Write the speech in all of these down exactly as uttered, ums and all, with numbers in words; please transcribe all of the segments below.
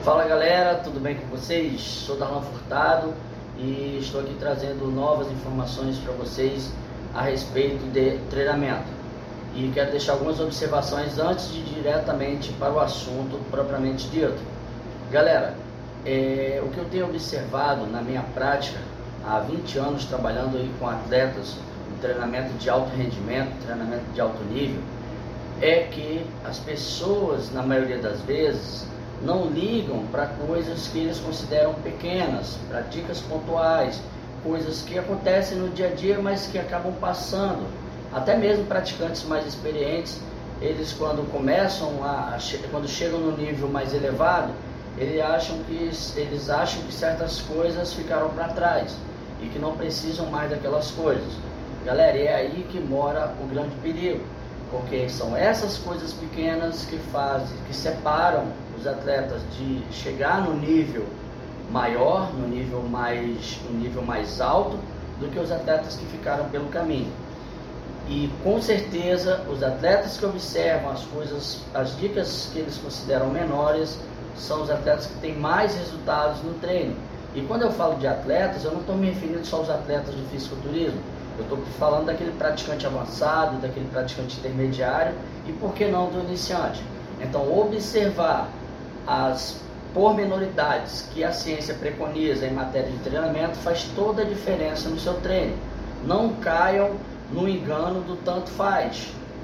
Fala galera, tudo bem com vocês? Sou Darlan Furtado e estou aqui trazendo novas informações para vocês a respeito de treinamento. E quero deixar algumas observações antes de ir diretamente para o assunto propriamente dito. Galera, é, o que eu tenho observado na minha prática, há vinte anos trabalhando aí com atletas, em treinamento de alto rendimento, treinamento de alto nível, é que as pessoas, na maioria das vezes, não ligam para coisas que eles consideram pequenas, para dicas pontuais, coisas que acontecem no dia a dia, mas que acabam passando. Até mesmo praticantes mais experientes, eles quando começam a, quando chegam no nível mais elevado, eles acham que, eles acham que certas coisas ficaram para trás e que não precisam mais daquelas coisas. Galera, é aí que mora o grande perigo, porque são essas coisas pequenas que fazem, que separam os atletas de chegar no nível maior, no nível mais, no nível mais alto, do que os atletas que ficaram pelo caminho. E com certeza os atletas que observam as coisas, as dicas que eles consideram menores, são os atletas que têm mais resultados no treino. E quando eu falo de atletas, eu não estou me referindo só aos atletas do fisiculturismo. Eu estou falando daquele praticante avançado, daquele praticante intermediário e, por que não, do iniciante. Então, observar as pormenoridades que a ciência preconiza em matéria de treinamento faz toda a diferença no seu treino. Não caiam no engano do tanto faz.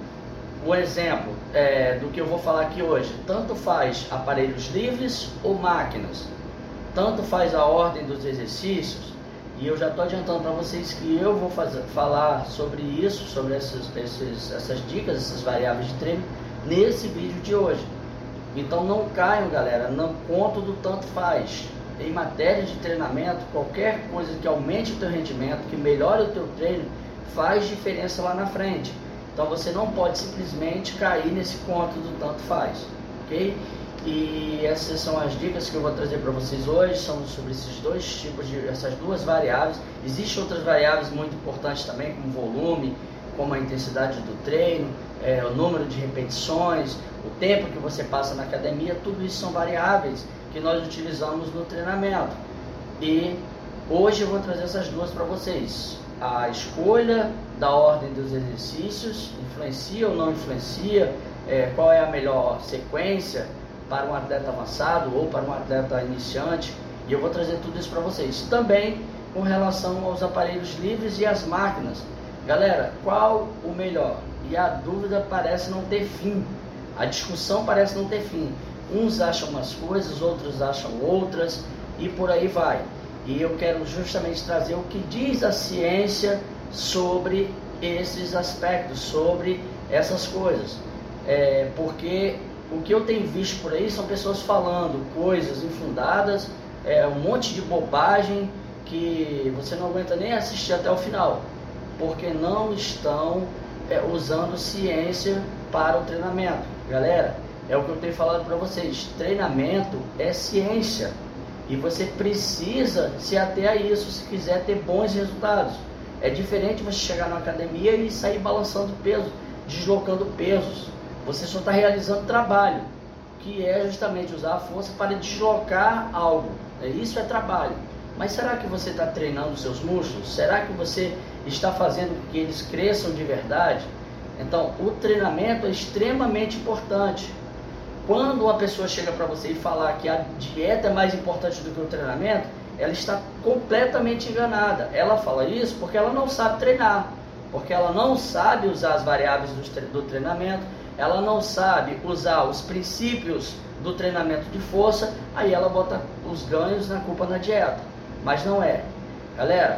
O exemplo é, do que eu vou falar aqui hoje: tanto faz aparelhos livres ou máquinas, tanto faz a ordem dos exercícios. E eu já estou adiantando para vocês que eu vou fazer, falar sobre isso, sobre essas, esses, essas dicas, essas variáveis de treino, nesse vídeo de hoje. Então não caiam, galera, não conto do tanto faz. Em matéria de treinamento, qualquer coisa que aumente o teu rendimento, que melhore o teu treino, faz diferença lá na frente. Então você não pode simplesmente cair nesse conto do tanto faz, ok? E essas são as dicas que eu vou trazer para vocês hoje, são sobre esses dois tipos de, essas duas variáveis. Existem outras variáveis muito importantes também, como volume, como a intensidade do treino, é, o número de repetições, o tempo que você passa na academia. Tudo isso são variáveis que nós utilizamos no treinamento. E hoje eu vou trazer essas duas para vocês. A escolha da ordem dos exercícios, influencia ou não influencia, é, qual é a melhor sequência para um atleta avançado ou para um atleta iniciante, e eu vou trazer tudo isso para vocês. Também com relação aos aparelhos livres e as máquinas. Galera, qual o melhor? E a dúvida parece não ter fim, a discussão parece não ter fim. Uns acham umas coisas, outros acham outras, e por aí vai. E eu quero justamente trazer o que diz a ciência sobre esses aspectos, sobre essas coisas. É, porque o que eu tenho visto por aí são pessoas falando coisas infundadas, é, um monte de bobagem que você não aguenta nem assistir até o final, porque não estão é, usando ciência para o treinamento. Galera, é o que eu tenho falado para vocês: treinamento é ciência e você precisa se ater a isso se quiser ter bons resultados. É diferente você chegar na academia e sair balançando peso, deslocando pesos. Você só está realizando trabalho, que é justamente usar a força para deslocar algo. Isso é trabalho. Mas será que você está treinando os seus músculos? Será que você está fazendo com que eles cresçam de verdade? Então, o treinamento é extremamente importante. Quando uma pessoa chega para você e falar que a dieta é mais importante do que o treinamento, ela está completamente enganada. Ela fala isso porque ela não sabe treinar, porque ela não sabe usar as variáveis do treinamento, ela não sabe usar os princípios do treinamento de força, aí ela bota os ganhos na culpa na dieta. Mas não é. Galera,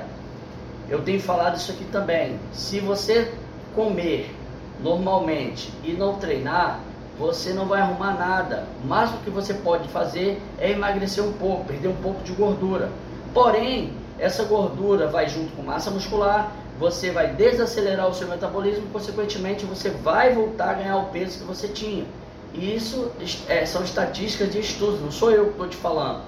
eu tenho falado isso aqui também. Se você comer normalmente e não treinar, você não vai arrumar nada. O máximo que você pode fazer é emagrecer um pouco, perder um pouco de gordura. Porém, essa gordura vai junto com massa muscular, você vai desacelerar o seu metabolismo, consequentemente você vai voltar a ganhar o peso que você tinha. E isso é, são estatísticas de estudos, não sou eu que estou te falando.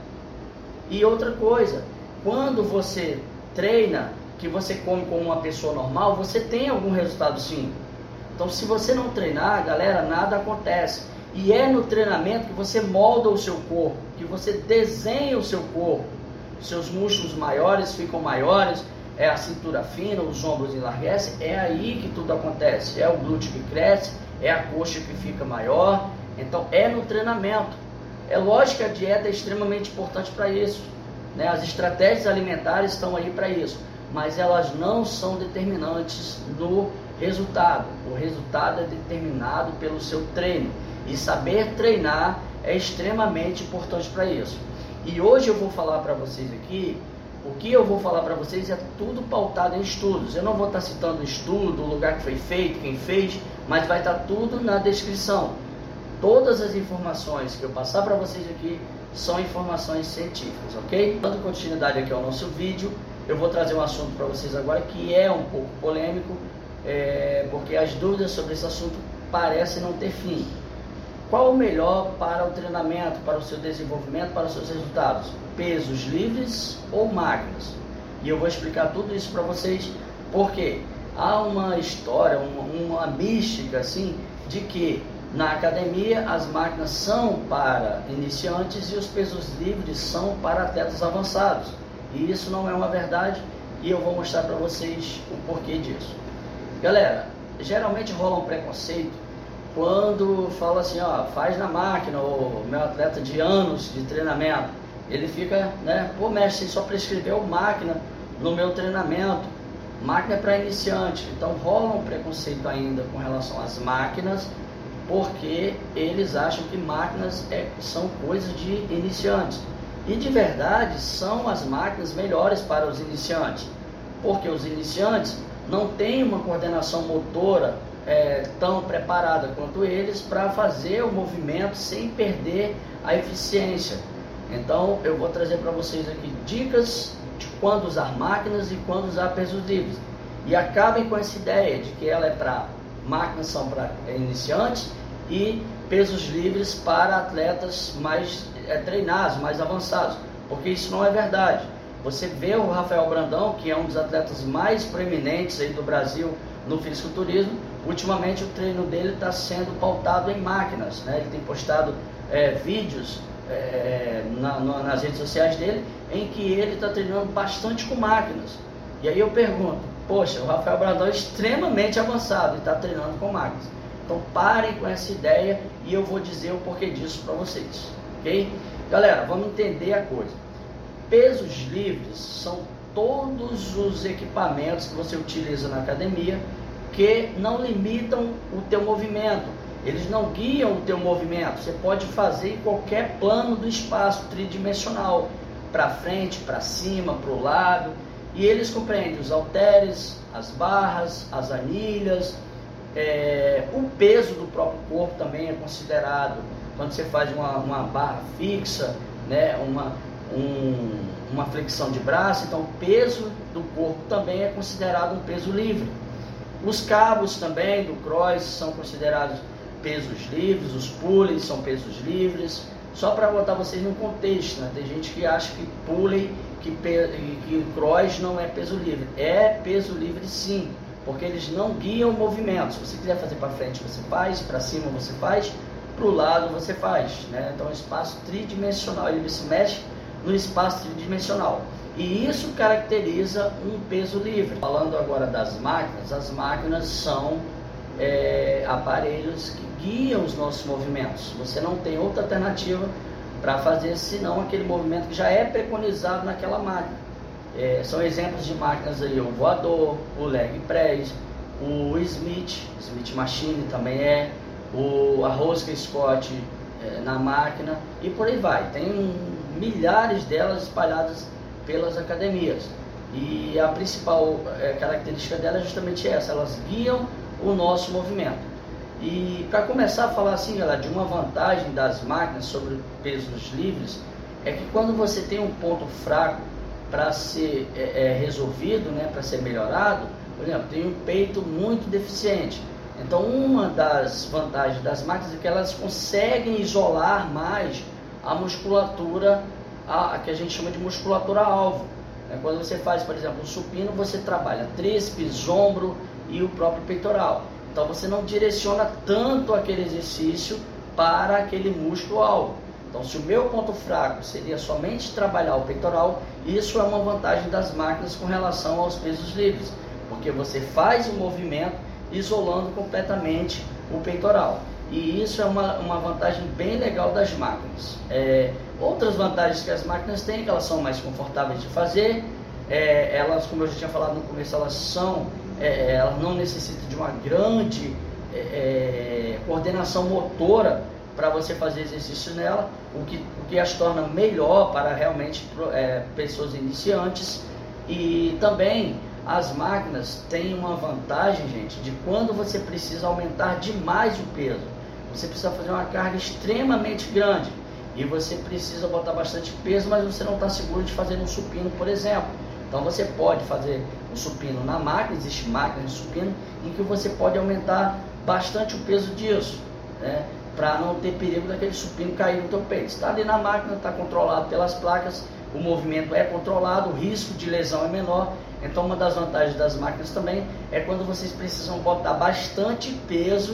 E outra coisa, quando você treina, que você come como uma pessoa normal, você tem algum resultado sim. Então se você não treinar, galera, nada acontece. E é no treinamento que você molda o seu corpo, que você desenha o seu corpo. Seus músculos maiores ficam maiores, é a cintura fina, os ombros enlarguecem, é aí que tudo acontece. É o glúteo que cresce, é a coxa que fica maior. Então é no treinamento. É lógico que a dieta é extremamente importante para isso, né? As estratégias alimentares estão aí para isso, mas elas não são determinantes no resultado. O resultado é determinado pelo seu treino. E saber treinar é extremamente importante para isso. E hoje eu vou falar para vocês aqui, o que eu vou falar para vocês é tudo pautado em estudos. Eu não vou estar citando o estudo, o lugar que foi feito, quem fez, mas vai estar tudo na descrição. Todas as informações que eu passar para vocês aqui são informações científicas, ok? Dando continuidade aqui ao nosso vídeo, eu vou trazer um assunto para vocês agora que é um pouco polêmico, é, porque as dúvidas sobre esse assunto parecem não ter fim. Qual o melhor para o treinamento, para o seu desenvolvimento, para os seus resultados? Pesos livres ou máquinas? E eu vou explicar tudo isso para vocês, porque há uma história, uma, uma mística assim, de que na academia as máquinas são para iniciantes e os pesos livres são para atletas avançados. E isso não é uma verdade e eu vou mostrar para vocês o porquê disso. Galera, geralmente rola um preconceito quando fala assim, ó, faz na máquina, o meu atleta de anos de treinamento, ele fica, né, pô mestre, você só prescreveu máquina no meu treinamento, máquina é para iniciante. Então rola um preconceito ainda com relação às máquinas, porque eles acham que máquinas é, são coisas de iniciantes. E de verdade são as máquinas melhores para os iniciantes, porque os iniciantes não têm uma coordenação motora é, tão preparada quanto eles para fazer o movimento sem perder a eficiência. Então eu vou trazer para vocês aqui dicas de quando usar máquinas e quando usar pesos livres. E acabem com essa ideia de que ela é para máquinas são para iniciantes e pesos livres para atletas mais é, treinados, mais avançados, porque isso não é verdade. Você vê o Rafael Brandão, que é um dos atletas mais proeminentes aí do Brasil no fisiculturismo, ultimamente o treino dele está sendo pautado em máquinas, né? Ele tem postado é, vídeos é, na, na, nas redes sociais dele, em que ele está treinando bastante com máquinas. E aí eu pergunto, poxa, o Rafael Brandão é extremamente avançado e está treinando com máquinas. Então parem com essa ideia e eu vou dizer o porquê disso para vocês, ok? Galera, vamos entender a coisa. Pesos livres são todos os equipamentos que você utiliza na academia que não limitam o teu movimento. Eles não guiam o teu movimento. Você pode fazer em qualquer plano do espaço tridimensional, para frente, para cima, para o lado. E eles compreendem os halteres, as barras, as anilhas, é, o peso do próprio corpo também é considerado. Quando você faz uma, uma barra fixa, né, uma, um, uma flexão de braço, então o peso do corpo também é considerado um peso livre. Os cabos também do cross são considerados pesos livres, os pulleys são pesos livres. Só para botar vocês no contexto, né? Tem gente que acha que pulley, que, que cross não é peso livre. É peso livre sim, porque eles não guiam o movimento. Se você quiser fazer para frente, você faz, para cima você faz, para o lado você faz, né? Então é um espaço tridimensional, ele se mexe no espaço tridimensional. E isso caracteriza um peso livre. Falando agora das máquinas, as máquinas são é, aparelhos que guiam os nossos movimentos. Você não tem outra alternativa para fazer senão aquele movimento que já é preconizado naquela máquina. É, são exemplos de máquinas aí, o voador, o leg press, o Smith, Smith Machine também é, o, a rosca Scott é, na máquina e por aí vai. Tem um, milhares delas espalhadas pelas academias. E a principal é, característica delas é justamente essa, elas guiam o nosso movimento. E para começar a falar assim, galera, de uma vantagem das máquinas sobre pesos livres, é que quando você tem um ponto fraco para ser é, é, resolvido, né, para ser melhorado, por exemplo, tem um peito muito deficiente. Então uma das vantagens das máquinas é que elas conseguem isolar mais a musculatura, a, a que a gente chama de musculatura alvo. É, quando você faz, por exemplo, o supino, você trabalha tríceps, ombro e o próprio peitoral. Então você não direciona tanto aquele exercício para aquele músculo alvo. Então, se o meu ponto fraco seria somente trabalhar o peitoral, isso é uma vantagem das máquinas com relação aos pesos livres, porque você faz o movimento isolando completamente o peitoral. E isso é uma, uma vantagem bem legal das máquinas. É, outras vantagens que as máquinas têm, que elas são mais confortáveis de fazer, é, elas, como eu já tinha falado no começo, elas são, é, elas não necessitam de uma grande é, coordenação motora para você fazer exercício nela, o que, o que as torna melhor para realmente é, pessoas iniciantes. E também as máquinas têm uma vantagem, gente, de quando você precisa aumentar demais o peso. Você precisa fazer uma carga extremamente grande e você precisa botar bastante peso, mas você não está seguro de fazer um supino, por exemplo. Então você pode fazer o supino na máquina, existe máquina de supino, em que você pode aumentar bastante o peso disso, né? Para não ter perigo daquele supino cair no teu peito. Está ali na máquina, está controlado pelas placas, o movimento é controlado, o risco de lesão é menor. Então uma das vantagens das máquinas também é quando vocês precisam botar bastante peso,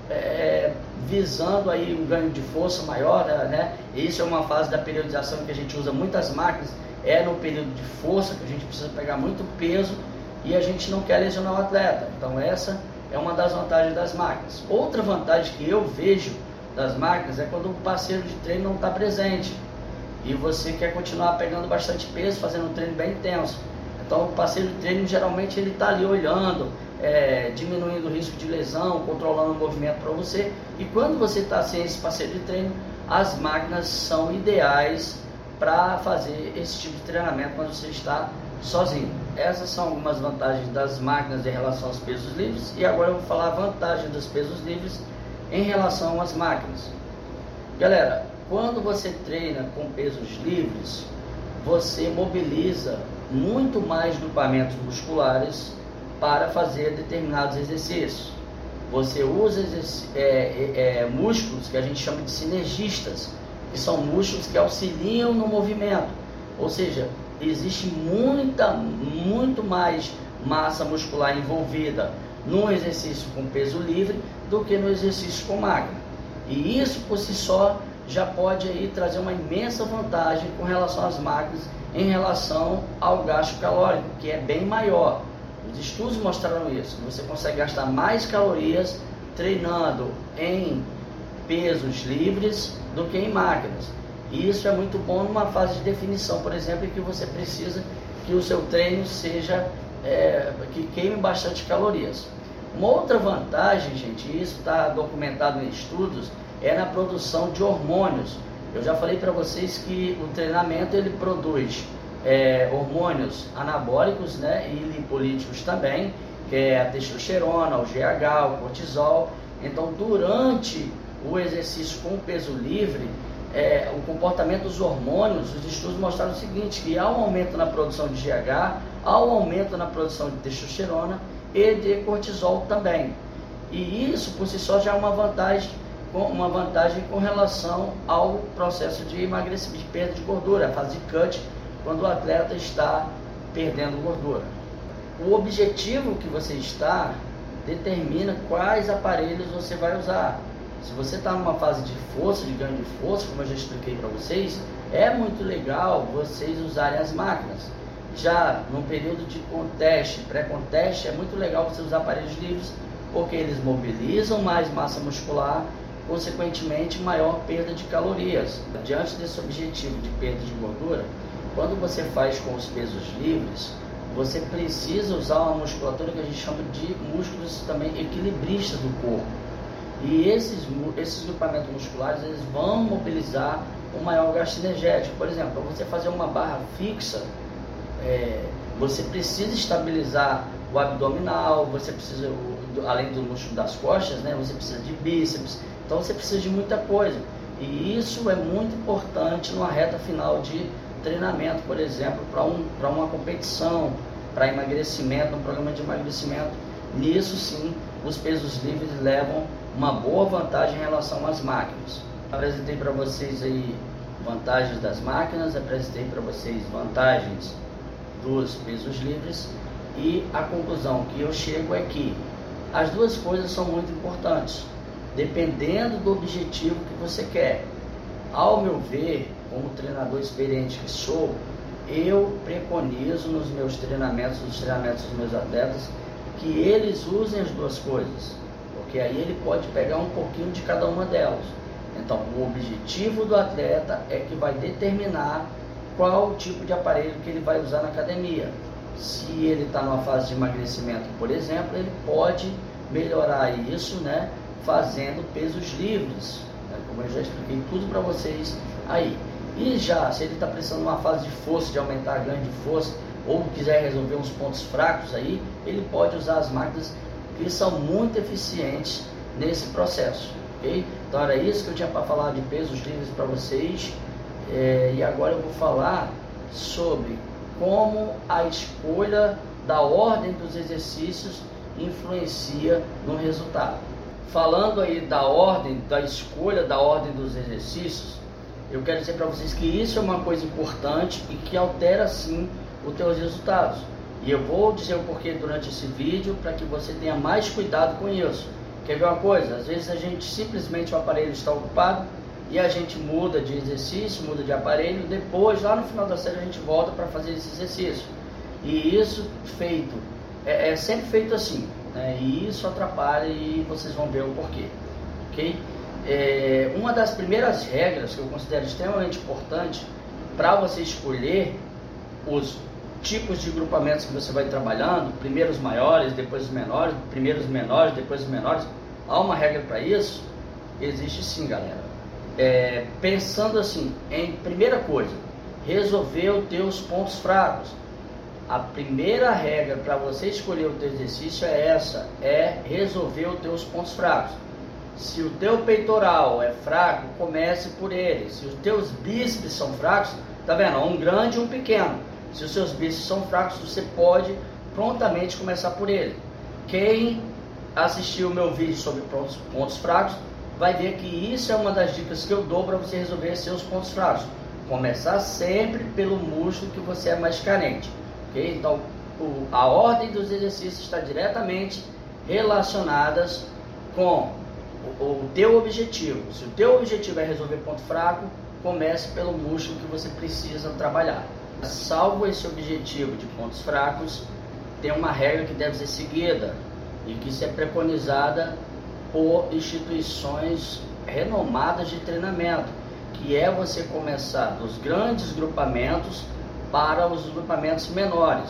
é, visando aí um ganho de força maior, né? Isso é uma fase da periodização que a gente usa muitas máquinas, é no período de força que a gente precisa pegar muito peso e a gente não quer lesionar o atleta. Então essa é uma das vantagens das máquinas. Outra vantagem que eu vejo das máquinas é quando o parceiro de treino não está presente e você quer continuar pegando bastante peso, fazendo um treino bem intenso. Então o parceiro de treino geralmente ele está ali olhando, é, diminuindo o risco de lesão, controlando o movimento para você. E quando você está sem esse parceiro de treino, as máquinas são ideais para fazer esse tipo de treinamento quando você está sozinho. Essas são algumas vantagens das máquinas em relação aos pesos livres. E agora eu vou falar a vantagem dos pesos livres em relação às máquinas. Galera, quando você treina com pesos livres, você mobiliza muito mais grupamentos musculares para fazer determinados exercícios. Você usa é, é, é, músculos que a gente chama de sinergistas, que são músculos que auxiliam no movimento, ou seja, existe muita, muito mais massa muscular envolvida no exercício com peso livre do que no exercício com máquina. E isso por si só já pode aí trazer uma imensa vantagem com relação às máquinas em relação ao gasto calórico, que é bem maior. Os estudos mostraram isso, você consegue gastar mais calorias treinando em pesos livres do que em máquinas. E isso é muito bom numa fase de definição, por exemplo, em que você precisa que o seu treino seja, é, que queime bastante calorias. Uma outra vantagem, gente, e isso está documentado em estudos, é na produção de hormônios. Eu já falei para vocês que o treinamento ele produz é, hormônios anabólicos, né, e lipolíticos também, que é a testosterona, o G H, o cortisol. Então, durante o exercício com peso livre, é, o comportamento dos hormônios, os estudos mostraram o seguinte, que há um aumento na produção de G H, há um aumento na produção de testosterona e de cortisol também. E isso por si só já é uma vantagem, uma vantagem com relação ao processo de emagrecimento, de perda de gordura, a fase de cut, quando o atleta está perdendo gordura. O objetivo que você está determina quais aparelhos você vai usar. Se você está numa fase de força, de ganho de força, como eu já expliquei para vocês, é muito legal vocês usarem as máquinas. Já no período de conteste, pré-conteste, é muito legal você usar aparelhos livres, porque eles mobilizam mais massa muscular, consequentemente maior perda de calorias. Diante desse objetivo de perda de gordura, quando você faz com os pesos livres, você precisa usar uma musculatura que a gente chama de músculos também equilibristas do corpo. E esses, esses grupamentos musculares eles vão mobilizar um maior gasto energético. Por exemplo, para você fazer uma barra fixa, é, você precisa estabilizar o abdominal, você precisa, além do músculo das costas, né, você precisa de bíceps, então você precisa de muita coisa. E isso é muito importante numa reta final de treinamento, por exemplo, para um, para uma competição, para emagrecimento, um programa de emagrecimento. Nisso sim, os pesos livres levam uma boa vantagem em relação às máquinas. Apresentei para vocês aí vantagens das máquinas, apresentei para vocês vantagens dos pesos livres e a conclusão que eu chego é que as duas coisas são muito importantes. dependendo do objetivo que você quer. Ao meu ver, como treinador experiente que sou, eu preconizo nos meus treinamentos, nos treinamentos dos meus atletas, que eles usem as duas coisas, porque aí ele pode pegar um pouquinho de cada uma delas. Então, o objetivo do atleta é que vai determinar qual o tipo de aparelho que ele vai usar na academia. Se ele está numa fase de emagrecimento, por exemplo, ele pode melhorar isso, né, fazendo pesos livres, né, como eu já expliquei tudo para vocês aí. E já, se ele está precisando de uma fase de força, de aumentar a ganho de força, ou quiser resolver uns pontos fracos aí, ele pode usar as máquinas que são muito eficientes nesse processo, ok? Então era isso que eu tinha para falar de pesos livres para vocês, é, e agora eu vou falar sobre como a escolha da ordem dos exercícios influencia no resultado. Falando aí da ordem, da escolha da ordem dos exercícios, eu quero dizer para vocês que isso é uma coisa importante e que altera sim os teus resultados. E eu vou dizer o porquê durante esse vídeo para que você tenha mais cuidado com isso. Quer ver uma coisa? Às vezes a gente simplesmente o aparelho está ocupado e a gente muda de exercício, muda de aparelho, depois lá no final da série a gente volta para fazer esse exercício. E isso feito, é, é sempre feito assim, né? E isso atrapalha e vocês vão ver o porquê, ok? É, uma das primeiras regras que eu considero extremamente importante para você escolher os tipos de grupamentos que você vai trabalhando, primeiro os maiores, depois os menores, primeiro os menores, depois os menores, há uma regra para isso? Existe sim, galera. É, pensando assim, em primeira coisa, resolver os teus pontos fracos. A primeira regra para você escolher o teu exercício é essa, é resolver os teus pontos fracos. Se o teu peitoral é fraco, comece por ele. Se os teus bíceps são fracos, tá vendo? Um grande e um pequeno. Se os seus bíceps são fracos, você pode prontamente começar por ele. Quem assistiu o meu vídeo sobre pontos, pontos fracos, vai ver que isso é uma das dicas que eu dou para você resolver seus pontos fracos. Começar sempre pelo músculo que você é mais carente. Okay? Então, o, a ordem dos exercícios está diretamente relacionadas com o, o teu objetivo. Se o teu objetivo é resolver ponto fraco, comece pelo músculo que você precisa trabalhar. Salvo esse objetivo de pontos fracos, tem uma regra que deve ser seguida e que isso é preconizada por instituições renomadas de treinamento, que é você começar dos grandes grupamentos para os grupamentos menores.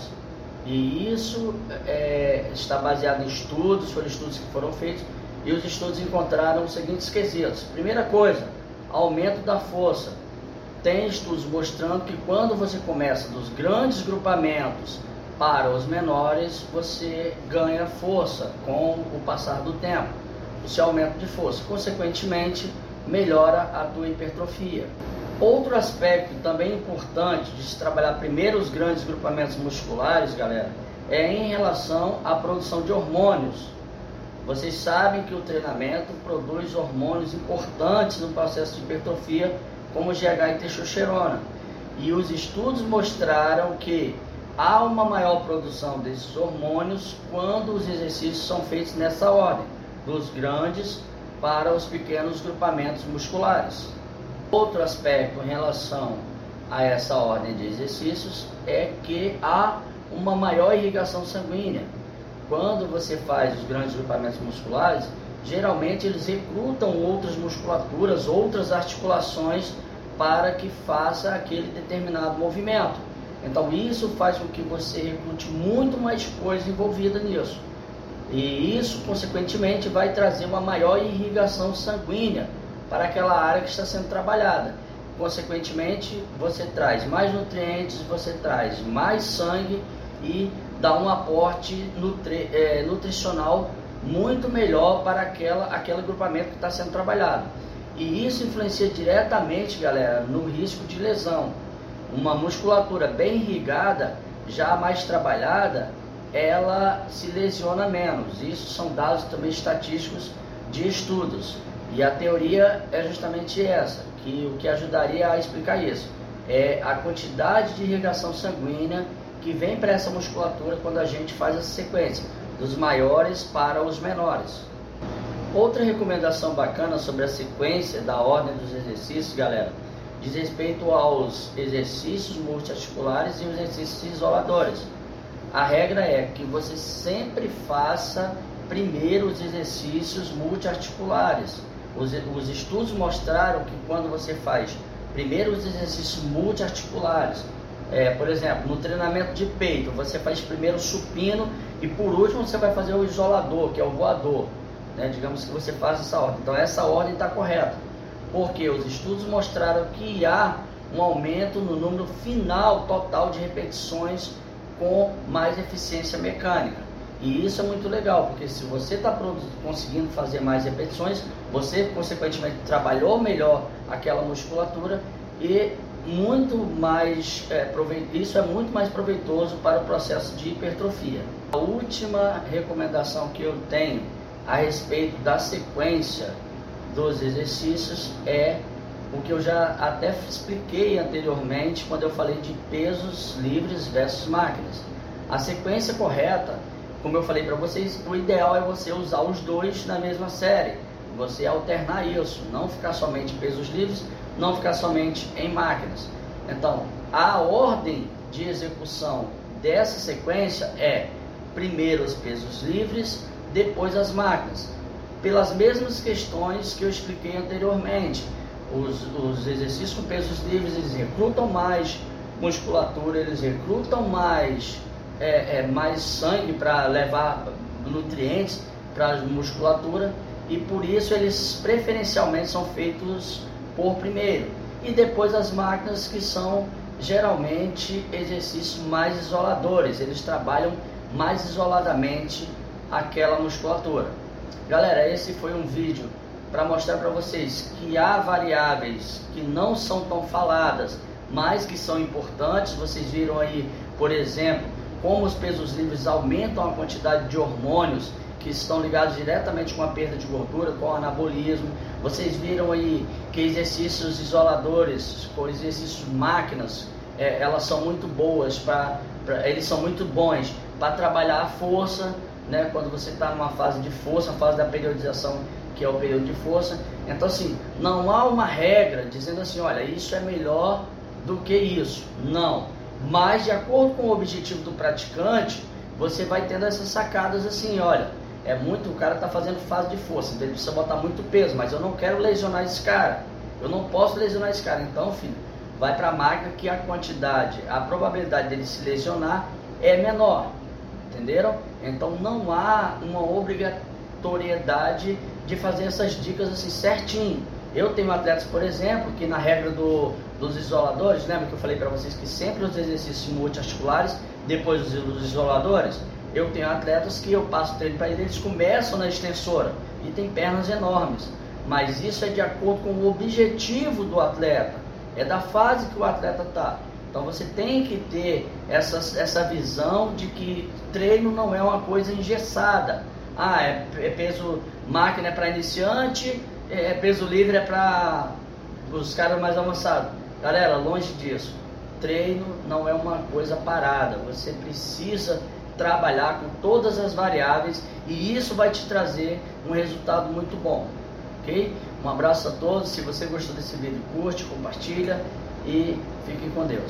E isso é, está baseado em estudos, foram estudos que foram feitos, e os estudos encontraram os seguintes quesitos. Primeira coisa, aumento da força. Tem estudos mostrando que quando você começa dos grandes grupamentos para os menores, você ganha força com o passar do tempo, o seu aumento de força. Consequentemente, melhora a tua hipertrofia. Outro aspecto também importante de se trabalhar primeiro os grandes grupamentos musculares, galera, é em relação à produção de hormônios. Vocês sabem que o treinamento produz hormônios importantes no processo de hipertrofia, como G H e testosterona. E os estudos mostraram que há uma maior produção desses hormônios quando os exercícios são feitos nessa ordem, dos grandes para os pequenos grupamentos musculares. Outro aspecto em relação a essa ordem de exercícios é que há uma maior irrigação sanguínea. Quando você faz os grandes grupamentos musculares, geralmente eles recrutam outras musculaturas, outras articulações para que faça aquele determinado movimento. Então isso faz com que você recrute muito mais coisa envolvida nisso. E isso, consequentemente, vai trazer uma maior irrigação sanguínea para aquela área que está sendo trabalhada. Consequentemente, você traz mais nutrientes, você traz mais sangue e dá um aporte nutri é, nutricional muito melhor para aquela, aquele agrupamento que está sendo trabalhado. E isso influencia diretamente, galera, no risco de lesão. Uma musculatura bem irrigada, já mais trabalhada, ela se lesiona menos. Isso são dados também estatísticos de estudos. E a teoria é justamente essa, que o que ajudaria a explicar isso é a quantidade de irrigação sanguínea que vem para essa musculatura quando a gente faz essa sequência dos maiores para os menores. Outra recomendação bacana sobre a sequência da ordem dos exercícios, galera, diz respeito aos exercícios multiarticulares e os exercícios isoladores. A regra é que você sempre faça primeiro os exercícios multiarticulares. Os, os estudos mostraram que quando você faz primeiro os exercícios multiarticulares, é, por exemplo, no treinamento de peito, você faz primeiro o supino e por último você vai fazer o isolador, que é o voador. Né? Digamos que você faz essa ordem. Então essa ordem está correta, porque os estudos mostraram que há um aumento no número final total de repetições com mais eficiência mecânica. E isso é muito legal, porque se você está conseguindo fazer mais repetições, você consequentemente trabalhou melhor aquela musculatura e muito mais é, prove... isso é muito mais proveitoso para o processo de hipertrofia. A última recomendação que eu tenho a respeito da sequência dos exercícios é o que eu já até expliquei anteriormente quando eu falei de pesos livres versus máquinas. A sequência correta, como eu falei para vocês, o ideal é você usar os dois na mesma série, você alternar isso, não ficar somente em pesos livres, não ficar somente em máquinas. Então, a ordem de execução dessa sequência é primeiro os pesos livres, depois as máquinas, pelas mesmas questões que eu expliquei anteriormente. Os, os exercícios com pesos livres, eles recrutam mais musculatura, eles recrutam mais, é, é, mais sangue para levar nutrientes para a musculatura, e por isso eles preferencialmente são feitos por primeiro. E depois as máquinas, que são geralmente exercícios mais isoladores, eles trabalham mais isoladamente aquela musculatura. Galera, esse foi um vídeo para mostrar para vocês que há variáveis que não são tão faladas, mas que são importantes. Vocês viram aí, por exemplo, como os pesos livres aumentam a quantidade de hormônios que estão ligados diretamente com a perda de gordura, com o anabolismo. Vocês viram aí que exercícios isoladores, com exercícios máquinas, é, elas são muito boas, pra, pra, eles são muito bons para trabalhar a força, né? Quando você está numa fase de força, a fase da periodização, que é o período de força. Então assim, não há uma regra dizendo assim, olha, isso é melhor do que isso. Não, mas de acordo com o objetivo do praticante, você vai tendo essas sacadas assim, olha, é muito, o cara está fazendo fase de força, então ele precisa botar muito peso, mas eu não quero lesionar esse cara, eu não posso lesionar esse cara. Então, filho, vai para a máquina que a quantidade, a probabilidade dele se lesionar é menor, entenderam? Então não há uma obrigatoriedade de fazer essas dicas assim certinho. Eu tenho atletas, por exemplo, que na regra do, dos isoladores, lembra que eu falei para vocês que sempre os exercícios multiarticulares, depois os, os isoladores? Eu tenho atletas que eu passo treino para eles, eles começam na extensora e tem pernas enormes, mas isso é de acordo com o objetivo do atleta, é da fase que o atleta está. Então você tem que ter essa, essa visão de que treino não é uma coisa engessada. Ah, é, é peso máquina é para iniciante, é, peso livre é para os caras mais avançados. Galera, longe disso. Treino não é uma coisa parada. Você precisa trabalhar com todas as variáveis e isso vai te trazer um resultado muito bom. Ok? Um abraço a todos. Se você gostou desse vídeo, curte, compartilha e fiquem com Deus.